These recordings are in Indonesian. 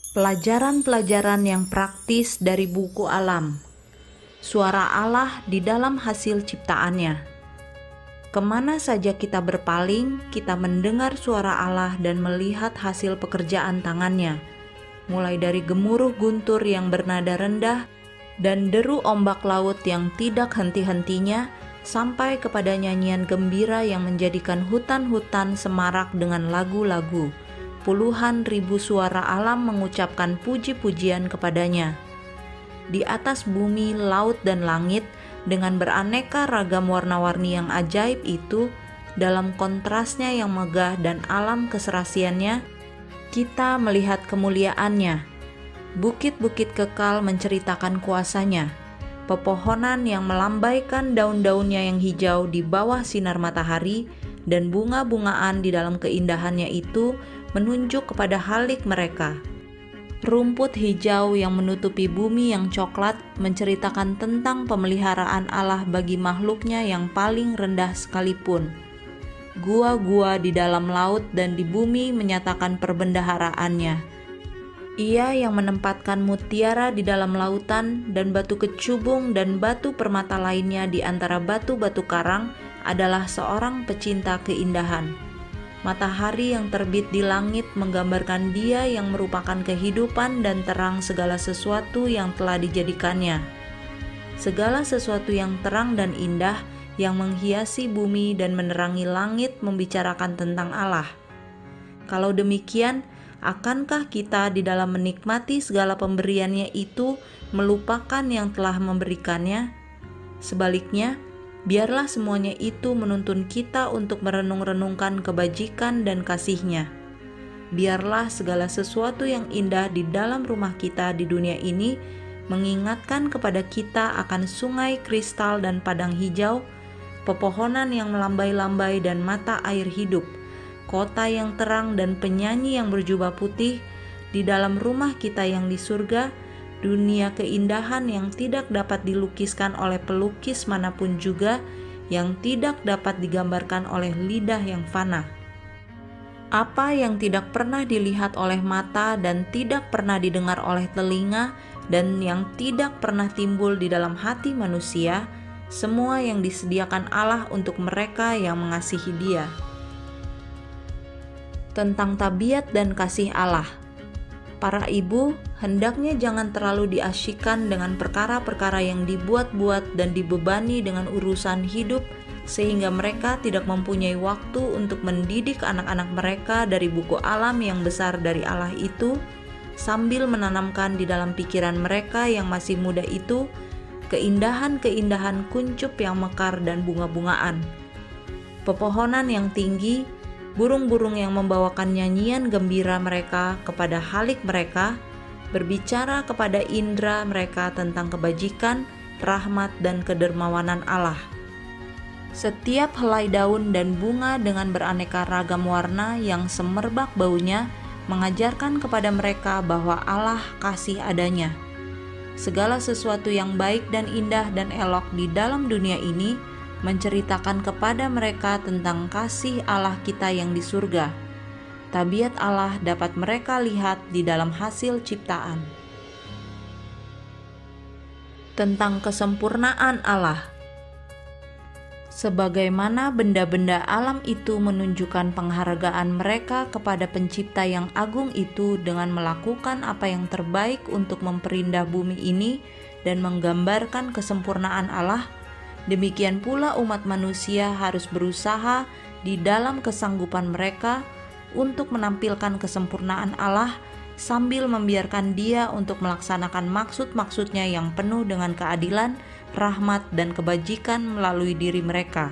Pelajaran-pelajaran yang praktis dari buku alam. Suara Allah di dalam hasil ciptaannya. Kemana saja kita berpaling, kita mendengar suara Allah dan melihat hasil pekerjaan tangannya. Mulai dari gemuruh guntur yang bernada rendah dan deru ombak laut yang tidak henti-hentinya, sampai kepada nyanyian gembira yang menjadikan hutan-hutan semarak dengan lagu-lagu. Puluhan ribu suara alam mengucapkan puji-pujian kepadanya. Di atas bumi, laut, dan langit, dengan beraneka ragam warna-warni yang ajaib itu, dalam kontrasnya yang megah dan alam keserasiannya, kita melihat kemuliaannya. Bukit-bukit kekal menceritakan kuasanya. Pepohonan yang melambaikan daun-daunnya yang hijau di bawah sinar matahari, dan bunga-bungaan di dalam keindahannya itu menunjuk kepada halik mereka. Rumput hijau yang menutupi bumi yang coklat menceritakan tentang pemeliharaan Allah bagi makhluknya yang paling rendah sekalipun. Gua-gua di dalam laut dan di bumi menyatakan perbendaharaannya. Ia yang menempatkan mutiara di dalam lautan dan batu kecubung dan batu permata lainnya di antara batu-batu karang adalah seorang pecinta keindahan. Matahari yang terbit di langit menggambarkan Dia yang merupakan kehidupan dan terang segala sesuatu yang telah dijadikannya. Segala sesuatu yang terang dan indah yang menghiasi bumi dan menerangi langit membicarakan tentang Allah. Kalau demikian, akankah kita di dalam menikmati segala pemberiannya itu melupakan yang telah memberikannya? Sebaliknya, biarlah semuanya itu menuntun kita untuk merenung-renungkan kebajikan dan kasih-Nya. Biarlah segala sesuatu yang indah di dalam rumah kita di dunia ini mengingatkan kepada kita akan sungai kristal dan padang hijau, pepohonan yang melambai-lambai dan mata air hidup, kota yang terang dan penyanyi yang berjubah putih, di dalam rumah kita yang di surga, dunia keindahan yang tidak dapat dilukiskan oleh pelukis manapun juga, yang tidak dapat digambarkan oleh lidah yang fana. Apa yang tidak pernah dilihat oleh mata dan tidak pernah didengar oleh telinga dan yang tidak pernah timbul di dalam hati manusia, semua yang disediakan Allah untuk mereka yang mengasihi Dia. Tentang tabiat dan kasih Allah. Para ibu hendaknya jangan terlalu diasyikkan dengan perkara-perkara yang dibuat-buat dan dibebani dengan urusan hidup, sehingga mereka tidak mempunyai waktu untuk mendidik anak-anak mereka dari buku alam yang besar dari Allah itu, sambil menanamkan di dalam pikiran mereka yang masih muda itu keindahan-keindahan kuncup yang mekar dan bunga-bungaan, pepohonan yang tinggi, burung-burung yang membawakan nyanyian gembira mereka kepada halik mereka, berbicara kepada indera mereka tentang kebajikan, rahmat, dan kedermawanan Allah. Setiap helai daun dan bunga dengan beraneka ragam warna yang semerbak baunya mengajarkan kepada mereka bahwa Allah kasih adanya. Segala sesuatu yang baik dan indah dan elok di dalam dunia ini menceritakan kepada mereka tentang kasih Allah kita yang di surga. Tabiat Allah dapat mereka lihat di dalam hasil ciptaan. Tentang kesempurnaan Allah. Sebagaimana benda-benda alam itu menunjukkan penghargaan mereka kepada pencipta yang agung itu dengan melakukan apa yang terbaik untuk memperindah bumi ini dan menggambarkan kesempurnaan Allah, demikian pula umat manusia harus berusaha di dalam kesanggupan mereka untuk menampilkan kesempurnaan Allah sambil membiarkan Dia untuk melaksanakan maksud-maksudnya yang penuh dengan keadilan, rahmat, dan kebajikan melalui diri mereka.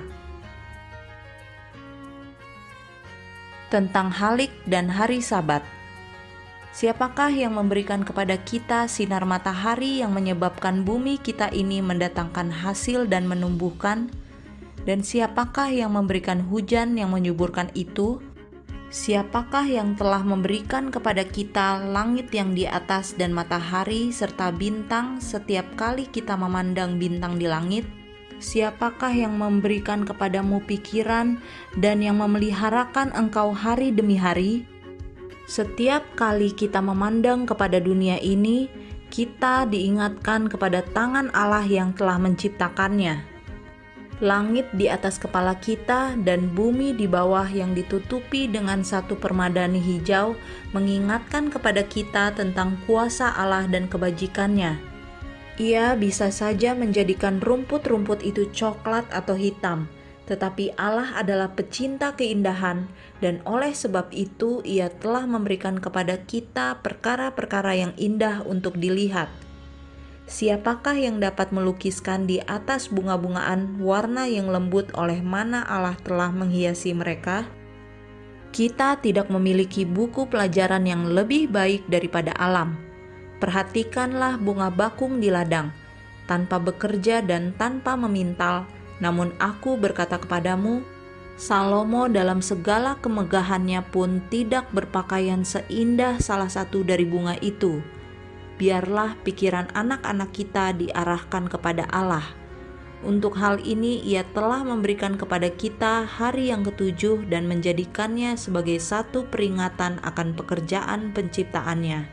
Tentang halik dan hari Sabat. Siapakah yang memberikan kepada kita sinar matahari yang menyebabkan bumi kita ini mendatangkan hasil dan menumbuhkan? Dan siapakah yang memberikan hujan yang menyuburkan itu? Siapakah yang telah memberikan kepada kita langit yang di atas dan matahari serta bintang setiap kali kita memandang bintang di langit? Siapakah yang memberikan kepadamu pikiran dan yang memeliharakan engkau hari demi hari? Setiap kali kita memandang kepada dunia ini, kita diingatkan kepada tangan Allah yang telah menciptakannya. Langit di atas kepala kita dan bumi di bawah yang ditutupi dengan satu permadani hijau mengingatkan kepada kita tentang kuasa Allah dan kebajikannya. Ia bisa saja menjadikan rumput-rumput itu coklat atau hitam, tetapi Allah adalah pecinta keindahan, dan oleh sebab itu Ia telah memberikan kepada kita perkara-perkara yang indah untuk dilihat. Siapakah yang dapat melukiskan di atas bunga-bungaan warna yang lembut oleh mana Allah telah menghiasi mereka? Kita tidak memiliki buku pelajaran yang lebih baik daripada alam. Perhatikanlah bunga bakung di ladang, tanpa bekerja dan tanpa memintal. Namun aku berkata kepadamu, Salomo dalam segala kemegahannya pun tidak berpakaian seindah salah satu dari bunga itu. Biarlah pikiran anak-anak kita diarahkan kepada Allah. Untuk hal ini Ia telah memberikan kepada kita hari yang ketujuh dan menjadikannya sebagai satu peringatan akan pekerjaan penciptaannya.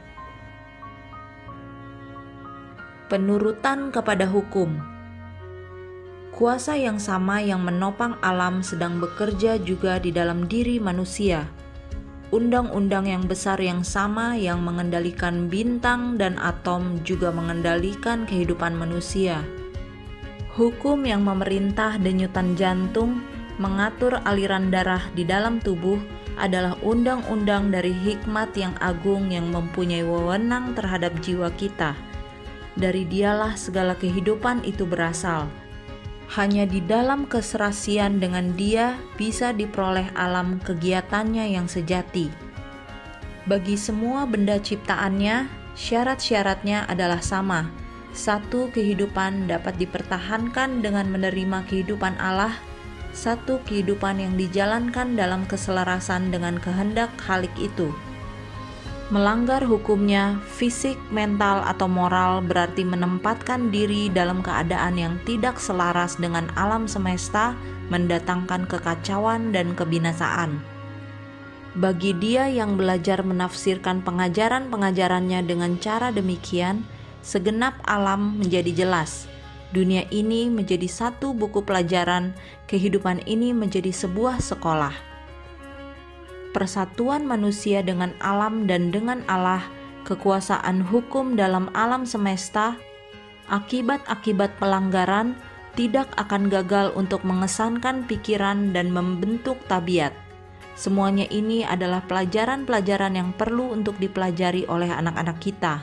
Penurutan kepada hukum. Kuasa yang sama yang menopang alam sedang bekerja juga di dalam diri manusia. Undang-undang yang besar yang sama yang mengendalikan bintang dan atom juga mengendalikan kehidupan manusia. Hukum yang memerintah denyutan jantung, mengatur aliran darah di dalam tubuh adalah undang-undang dari hikmat yang agung yang mempunyai wewenang terhadap jiwa kita. Dari Dialah segala kehidupan itu berasal. Hanya di dalam keserasian dengan Dia bisa diperoleh alam kegiatannya yang sejati. Bagi semua benda ciptaannya, syarat-syaratnya adalah sama. Satu kehidupan dapat dipertahankan dengan menerima kehidupan Allah, satu kehidupan yang dijalankan dalam keselarasan dengan kehendak Khalik itu. Melanggar hukumnya, fisik, mental, atau moral berarti menempatkan diri dalam keadaan yang tidak selaras dengan alam semesta, mendatangkan kekacauan dan kebinasaan. Bagi dia yang belajar menafsirkan pengajaran-pengajarannya dengan cara demikian, segenap alam menjadi jelas. Dunia ini menjadi satu buku pelajaran, kehidupan ini menjadi sebuah sekolah. Persatuan manusia dengan alam dan dengan Allah, kekuasaan hukum dalam alam semesta, akibat-akibat pelanggaran tidak akan gagal untuk mengesankan pikiran dan membentuk tabiat. Semuanya ini adalah pelajaran-pelajaran yang perlu untuk dipelajari oleh anak-anak kita.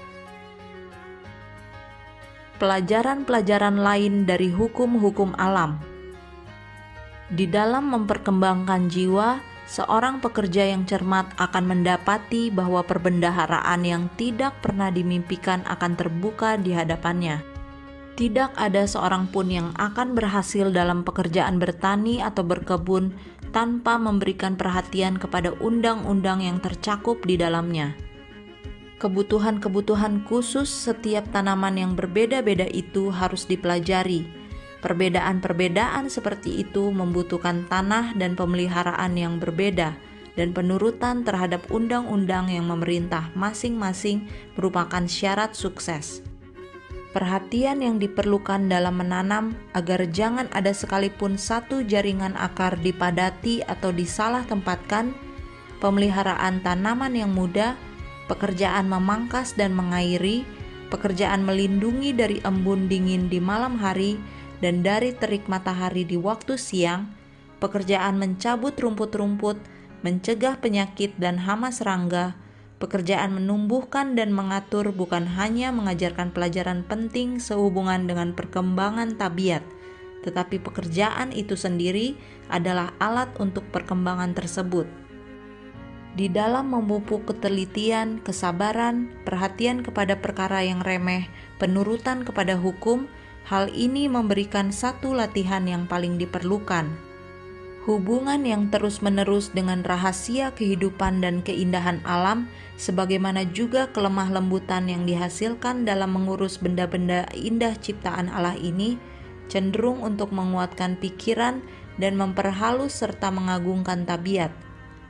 Pelajaran-pelajaran lain dari hukum-hukum alam. Di dalam memperkembangkan jiwa, seorang pekerja yang cermat akan mendapati bahwa perbendaharaan yang tidak pernah dimimpikan akan terbuka di hadapannya. Tidak ada seorang pun yang akan berhasil dalam pekerjaan bertani atau berkebun tanpa memberikan perhatian kepada undang-undang yang tercakup di dalamnya. Kebutuhan-kebutuhan khusus setiap tanaman yang berbeda-beda itu harus dipelajari. Perbedaan-perbedaan seperti itu membutuhkan tanah dan pemeliharaan yang berbeda, dan penurutan terhadap undang-undang yang memerintah masing-masing merupakan syarat sukses. Perhatian yang diperlukan dalam menanam agar jangan ada sekalipun satu jaringan akar dipadati atau disalah tempatkan, pemeliharaan tanaman yang mudah, pekerjaan memangkas dan mengairi, pekerjaan melindungi dari embun dingin di malam hari, dan dari terik matahari di waktu siang, pekerjaan mencabut rumput-rumput, mencegah penyakit dan hama serangga, pekerjaan menumbuhkan dan mengatur bukan hanya mengajarkan pelajaran penting sehubungan dengan perkembangan tabiat, tetapi pekerjaan itu sendiri adalah alat untuk perkembangan tersebut. Di dalam memupuk ketelitian, kesabaran, perhatian kepada perkara yang remeh, penurutan kepada hukum, hal ini memberikan satu latihan yang paling diperlukan. Hubungan yang terus-menerus dengan rahasia kehidupan dan keindahan alam, sebagaimana juga kelemah lembutan yang dihasilkan dalam mengurus benda-benda indah ciptaan Allah ini, cenderung untuk menguatkan pikiran dan memperhalus serta mengagungkan tabiat.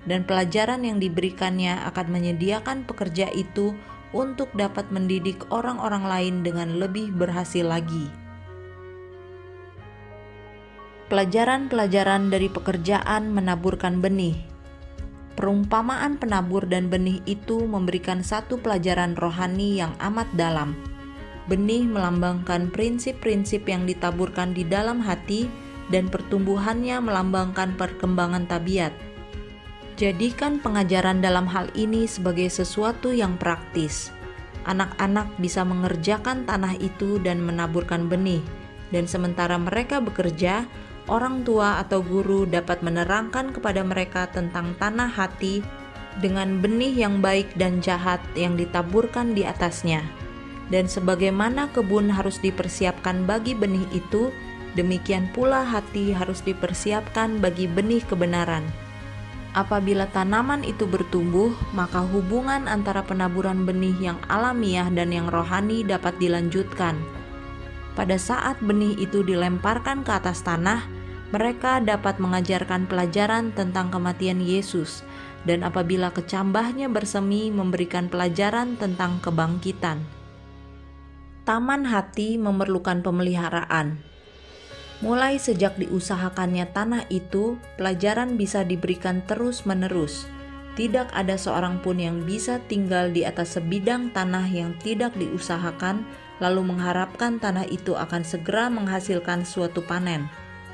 dan pelajaran yang diberikannya akan menyediakan pekerja itu untuk dapat mendidik orang-orang lain dengan lebih berhasil lagi. Pelajaran-pelajaran dari pekerjaan menaburkan benih. Perumpamaan penabur dan benih itu memberikan satu pelajaran rohani yang amat dalam. Benih melambangkan prinsip-prinsip yang ditaburkan di dalam hati, dan pertumbuhannya melambangkan perkembangan tabiat. Jadikan pengajaran dalam hal ini sebagai sesuatu yang praktis. Anak-anak bisa mengerjakan tanah itu dan menaburkan benih, dan sementara mereka bekerja, orang tua atau guru dapat menerangkan kepada mereka tentang tanah hati dengan benih yang baik dan jahat yang ditaburkan di atasnya. Dan sebagaimana kebun harus dipersiapkan bagi benih itu, demikian pula hati harus dipersiapkan bagi benih kebenaran. Apabila tanaman itu bertumbuh, maka hubungan antara penaburan benih yang alamiah dan yang rohani dapat dilanjutkan. Pada saat benih itu dilemparkan ke atas tanah, mereka dapat mengajarkan pelajaran tentang kematian Yesus, dan apabila kecambahnya bersemi, memberikan pelajaran tentang kebangkitan. Taman hati memerlukan pemeliharaan. Mulai sejak diusahakannya tanah itu, pelajaran bisa diberikan terus-menerus. Tidak ada seorang pun yang bisa tinggal di atas sebidang tanah yang tidak diusahakan, lalu mengharapkan tanah itu akan segera menghasilkan suatu panen.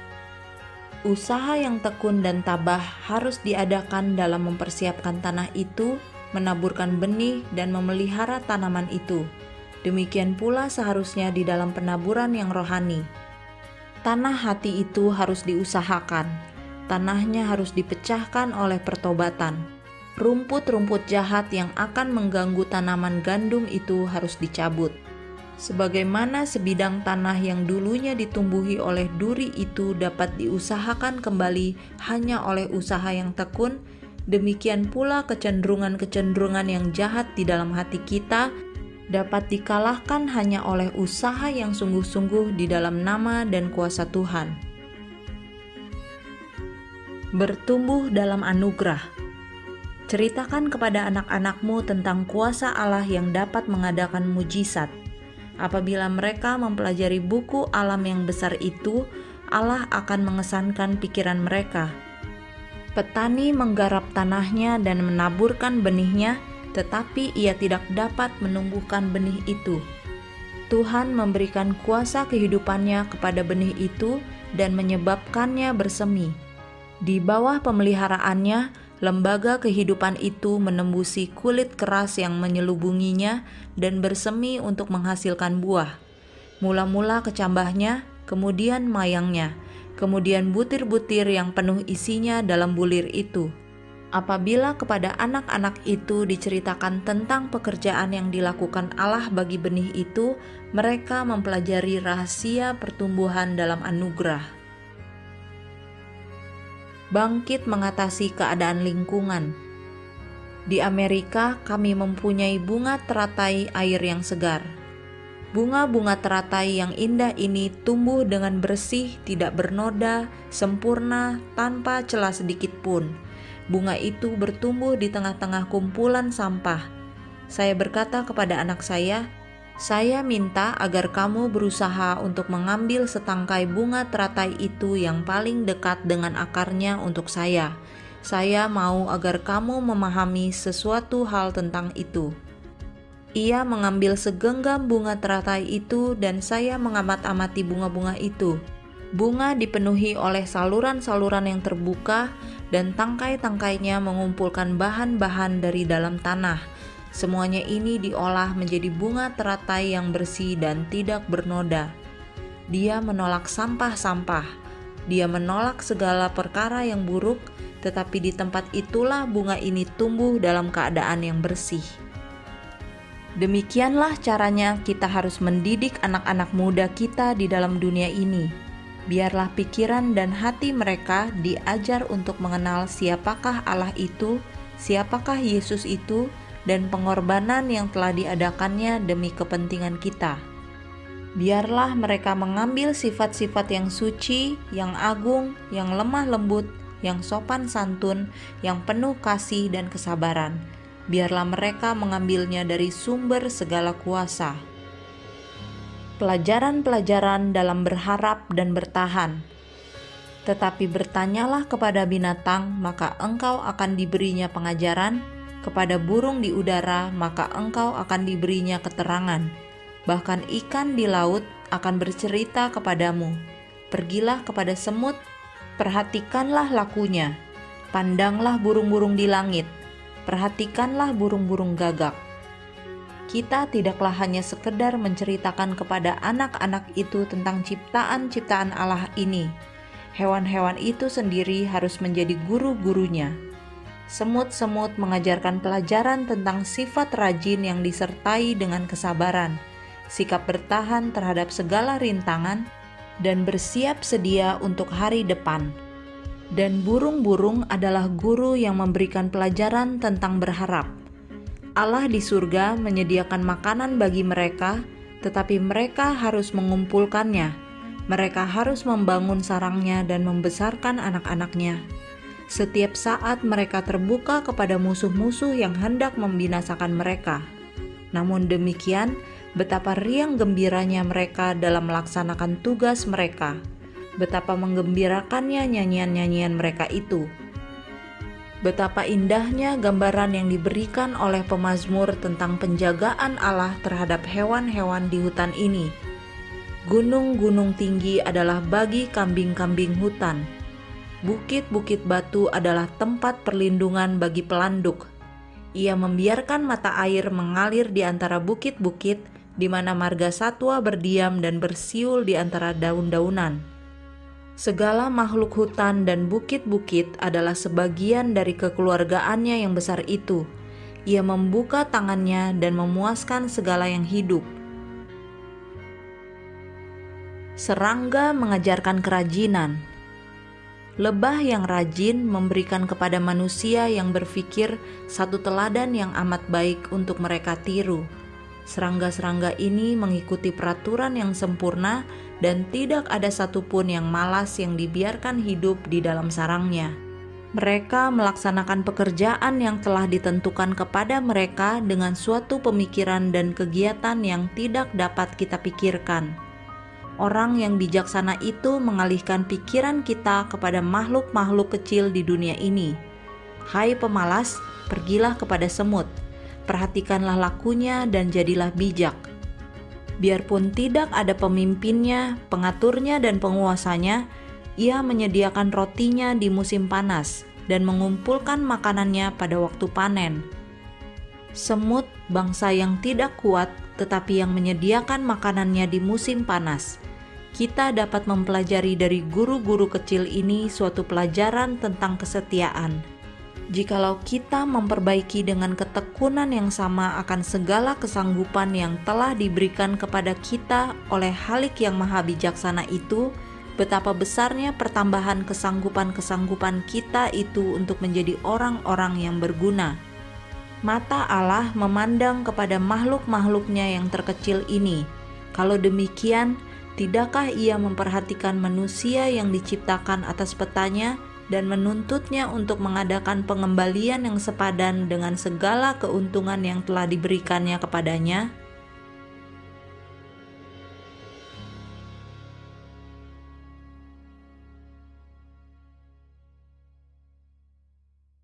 Usaha yang tekun dan tabah harus diadakan dalam mempersiapkan tanah itu, menaburkan benih, dan memelihara tanaman itu. Demikian pula seharusnya di dalam penaburan yang rohani. Tanah hati itu harus diusahakan. Tanahnya harus dipecahkan oleh pertobatan. Rumput-rumput jahat yang akan mengganggu tanaman gandum itu harus dicabut. Sebagaimana sebidang tanah yang dulunya ditumbuhi oleh duri itu dapat diusahakan kembali hanya oleh usaha yang tekun, demikian pula kecenderungan-kecenderungan yang jahat di dalam hati kita dapat dikalahkan hanya oleh usaha yang sungguh-sungguh di dalam nama dan kuasa Tuhan. Bertumbuh dalam anugerah. Ceritakan kepada anak-anakmu tentang kuasa Allah yang dapat mengadakan mujizat. Apabila mereka mempelajari buku alam yang besar itu, Allah akan mengesankan pikiran mereka. Petani menggarap tanahnya dan menaburkan benihnya, tetapi ia tidak dapat menumbuhkan benih itu. Tuhan memberikan kuasa kehidupannya kepada benih itu dan menyebabkannya bersemi. Di bawah pemeliharaannya, lembaga kehidupan itu menembusi kulit keras yang menyelubunginya dan bersemi untuk menghasilkan buah. Mula-mula kecambahnya, kemudian mayangnya, kemudian butir-butir yang penuh isinya dalam bulir itu. Apabila kepada anak-anak itu diceritakan tentang pekerjaan yang dilakukan Allah bagi benih itu, mereka mempelajari rahasia pertumbuhan dalam anugerah. Bangkit mengatasi keadaan lingkungan. Di Amerika, kami mempunyai bunga teratai air yang segar. Bunga-bunga teratai yang indah ini tumbuh dengan bersih, tidak bernoda, sempurna, tanpa celah sedikit pun. Bunga itu bertumbuh di tengah-tengah kumpulan sampah. Saya berkata kepada anak saya minta agar kamu berusaha untuk mengambil setangkai bunga teratai itu yang paling dekat dengan akarnya untuk saya. Saya mau agar kamu memahami sesuatu hal tentang itu. Ia mengambil segenggam bunga teratai itu dan saya mengamat-amati bunga-bunga itu. Bunga dipenuhi oleh saluran-saluran yang terbuka dan tangkai-tangkainya mengumpulkan bahan-bahan dari dalam tanah. Semuanya ini diolah menjadi bunga teratai yang bersih dan tidak bernoda. Dia menolak sampah-sampah. Dia menolak segala perkara yang buruk, tetapi di tempat itulah bunga ini tumbuh dalam keadaan yang bersih. Demikianlah caranya kita harus mendidik anak-anak muda kita di dalam dunia ini. Biarlah pikiran dan hati mereka diajar untuk mengenal siapakah Allah itu, siapakah Yesus itu, dan pengorbanan yang telah diadakannya demi kepentingan kita. Biarlah mereka mengambil sifat-sifat yang suci, yang agung, yang lemah lembut, yang sopan santun, yang penuh kasih dan kesabaran. Biarlah mereka mengambilnya dari sumber segala kuasa. Pelajaran-pelajaran dalam berharap dan bertahan. Tetapi bertanyalah kepada binatang, maka engkau akan diberinya pengajaran, kepada burung di udara, maka engkau akan diberinya keterangan. Bahkan ikan di laut akan bercerita kepadamu. Pergilah kepada semut, perhatikanlah lakunya. Pandanglah burung-burung di langit, perhatikanlah burung-burung gagak. Kita tidaklah hanya sekedar menceritakan kepada anak-anak itu tentang ciptaan-ciptaan Allah ini. Hewan-hewan itu sendiri harus menjadi guru-gurunya. Semut-semut mengajarkan pelajaran tentang sifat rajin yang disertai dengan kesabaran, sikap bertahan terhadap segala rintangan, dan bersiap sedia untuk hari depan. Dan burung-burung adalah guru yang memberikan pelajaran tentang berharap. Allah di surga menyediakan makanan bagi mereka, tetapi mereka harus mengumpulkannya. Mereka harus membangun sarangnya dan membesarkan anak-anaknya. Setiap saat mereka terbuka kepada musuh-musuh yang hendak membinasakan mereka. Namun demikian, betapa riang gembiranya mereka dalam melaksanakan tugas mereka. Betapa menggembirakannya nyanyian-nyanyian mereka itu. Betapa indahnya gambaran yang diberikan oleh pemazmur tentang penjagaan Allah terhadap hewan-hewan di hutan ini. Gunung-gunung tinggi adalah bagi kambing-kambing hutan. Bukit-bukit batu adalah tempat perlindungan bagi pelanduk. Ia membiarkan mata air mengalir di antara bukit-bukit, di mana marga satwa berdiam dan bersiul di antara daun-daunan. Segala makhluk hutan dan bukit-bukit adalah sebagian dari kekeluargaannya yang besar itu. Ia membuka tangannya dan memuaskan segala yang hidup. Serangga mengajarkan kerajinan. Lebah yang rajin memberikan kepada manusia yang berfikir satu teladan yang amat baik untuk mereka tiru. Serangga-serangga ini mengikuti peraturan yang sempurna dan tidak ada satupun yang malas yang dibiarkan hidup di dalam sarangnya. Mereka melaksanakan pekerjaan yang telah ditentukan kepada mereka dengan suatu pemikiran dan kegiatan yang tidak dapat kita pikirkan. Orang yang bijaksana itu mengalihkan pikiran kita kepada makhluk-makhluk kecil di dunia ini. Hai pemalas, pergilah kepada semut. Perhatikanlah lakunya dan jadilah bijak. Biarpun tidak ada pemimpinnya, pengaturnya, dan penguasanya, ia menyediakan rotinya di musim panas dan mengumpulkan makanannya pada waktu panen. Semut, bangsa yang tidak kuat, tetapi yang menyediakan makanannya di musim panas. Kita dapat mempelajari dari guru-guru kecil ini suatu pelajaran tentang kesetiaan. Jikalau kita memperbaiki dengan ketekunan yang sama akan segala kesanggupan yang telah diberikan kepada kita oleh Halik yang Maha Bijaksana itu, betapa besarnya pertambahan kesanggupan-kesanggupan kita itu untuk menjadi orang-orang yang berguna. Mata Allah memandang kepada makhluk-makhluknya yang terkecil ini. Kalau demikian, tidakkah Ia memperhatikan manusia yang diciptakan atas petanya dan menuntutnya untuk mengadakan pengembalian yang sepadan dengan segala keuntungan yang telah diberikannya kepadanya?